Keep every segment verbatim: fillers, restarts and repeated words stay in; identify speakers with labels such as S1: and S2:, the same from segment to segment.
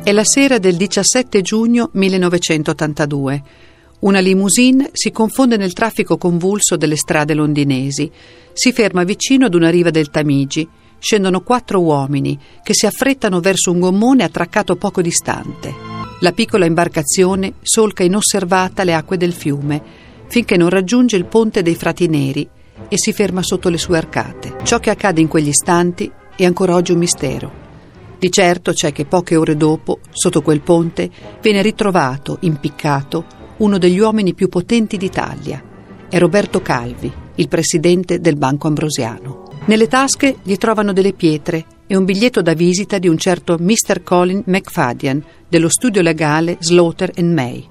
S1: È la sera del diciassette giugno millenovecentottantadue. Una limousine si confonde nel traffico convulso delle strade londinesi. Si ferma vicino ad una riva del Tamigi. Scendono quattro uomini che si affrettano verso un gommone attraccato poco distante. La piccola imbarcazione solca inosservata le acque del fiume finché non raggiunge il ponte dei Frati Neri e si ferma sotto le sue arcate. Ciò che accade in quegli istanti è ancora oggi un mistero. Di certo c'è che poche ore dopo, sotto quel ponte, viene ritrovato, impiccato, uno degli uomini più potenti d'Italia. È Roberto Calvi, il presidente del Banco Ambrosiano. Nelle tasche gli trovano delle pietre e un biglietto da visita di un certo mister Colin McFadden dello studio legale Slaughter and May.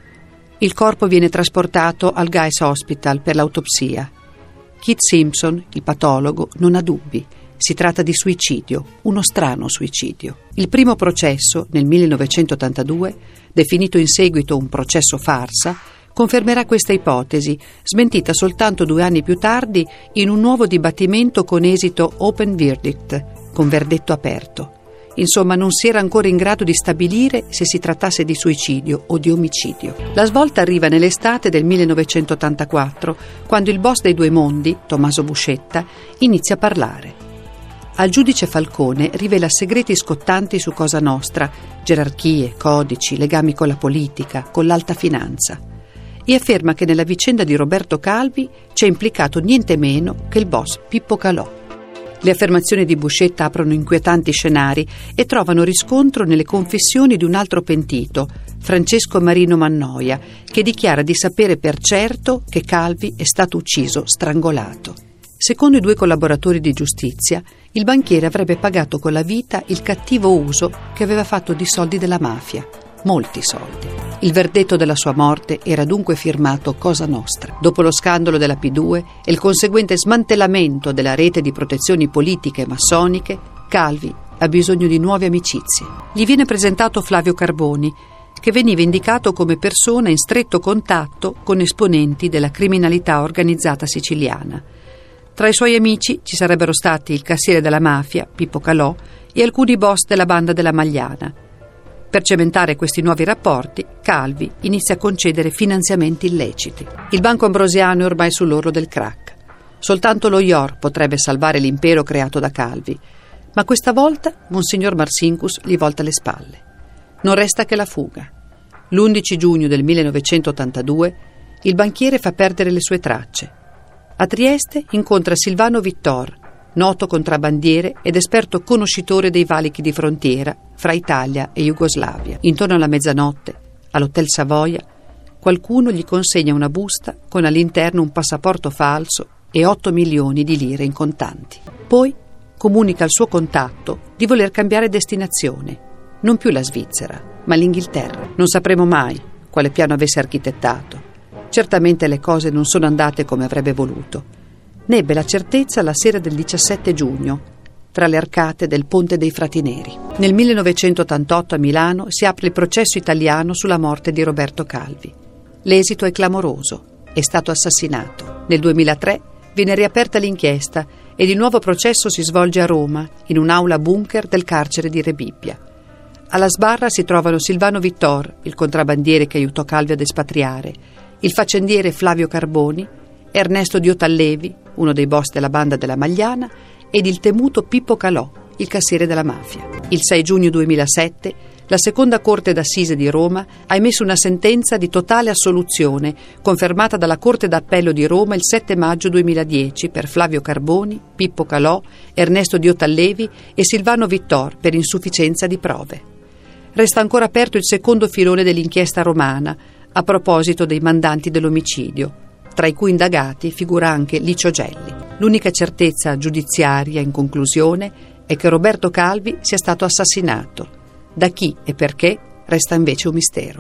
S1: Il corpo viene trasportato al Guy's Hospital per l'autopsia. Keith Simpson, il patologo, non ha dubbi. Si tratta di suicidio, uno strano suicidio. Il primo processo, nel millenovecentottantadue, definito in seguito un processo farsa, confermerà questa ipotesi, smentita soltanto due anni più tardi in un nuovo dibattimento con esito open verdict, con verdetto aperto. Insomma, non si era ancora in grado di stabilire se si trattasse di suicidio o di omicidio. La svolta arriva nell'estate del millenovecentottantaquattro, quando il boss dei due mondi, Tommaso Buscetta, inizia a parlare. Al giudice Falcone rivela segreti scottanti su Cosa Nostra, gerarchie, codici, legami con la politica, con l'alta finanza, e afferma che nella vicenda di Roberto Calvi c'è implicato niente meno che il boss Pippo Calò. Le affermazioni di Buscetta aprono inquietanti scenari e trovano riscontro nelle confessioni di un altro pentito, Francesco Marino Mannoia, che dichiara di sapere per certo che Calvi è stato ucciso strangolato. Secondo i due collaboratori di giustizia, il banchiere avrebbe pagato con la vita il cattivo uso che aveva fatto di soldi della mafia, molti soldi. Il verdetto della sua morte era dunque firmato Cosa Nostra. Dopo lo scandalo della P due e il conseguente smantellamento della rete di protezioni politiche e massoniche, Calvi ha bisogno di nuove amicizie. Gli viene presentato Flavio Carboni, che veniva indicato come persona in stretto contatto con esponenti della criminalità organizzata siciliana. Tra i suoi amici ci sarebbero stati il cassiere della mafia, Pippo Calò, e alcuni boss della banda della Magliana. Per cementare questi nuovi rapporti, Calvi inizia a concedere finanziamenti illeciti. Il Banco Ambrosiano è ormai sull'orlo del crack. Soltanto lo I O R potrebbe salvare l'impero creato da Calvi, ma questa volta Monsignor Marcinkus gli volta le spalle. Non resta che la fuga. L'undici giugno del millenovecentottantadue il banchiere fa perdere le sue tracce. A Trieste incontra Silvano Vittor, noto contrabbandiere ed esperto conoscitore dei valichi di frontiera fra Italia e Jugoslavia. Intorno alla mezzanotte, all'Hotel Savoia, qualcuno gli consegna una busta con all'interno un passaporto falso e otto milioni di lire in contanti. Poi comunica al suo contatto di voler cambiare destinazione, non più la Svizzera, ma l'Inghilterra. Non sapremo mai quale piano avesse architettato. Certamente le cose non sono andate come avrebbe voluto. Ne ebbe la certezza la sera del diciassette giugno, tra le arcate del Ponte dei Frati Neri. Nel millenovecentottantotto a Milano si apre il processo italiano sulla morte di Roberto Calvi. L'esito è clamoroso, è stato assassinato. Nel duemilatré viene riaperta l'inchiesta ed il nuovo processo si svolge a Roma, in un'aula bunker del carcere di Rebibbia. Alla sbarra si trovano Silvano Vittor, il contrabbandiere che aiutò Calvi ad espatriare, il faccendiere Flavio Carboni, Ernesto Diotallevi, uno dei boss della banda della Magliana, ed il temuto Pippo Calò, il cassiere della mafia. Il sei giugno duemilasette la seconda corte d'assise di Roma ha emesso una sentenza di totale assoluzione, confermata dalla Corte d'Appello di Roma il sette maggio duemiladieci per Flavio Carboni, Pippo Calò, Ernesto Diotallevi e Silvano Vittor per insufficienza di prove. Resta ancora aperto il secondo filone dell'inchiesta romana, a proposito dei mandanti dell'omicidio, tra i cui indagati figura anche Licio Gelli. L'unica certezza giudiziaria, in conclusione, è che Roberto Calvi sia stato assassinato. Da chi e perché resta invece un mistero.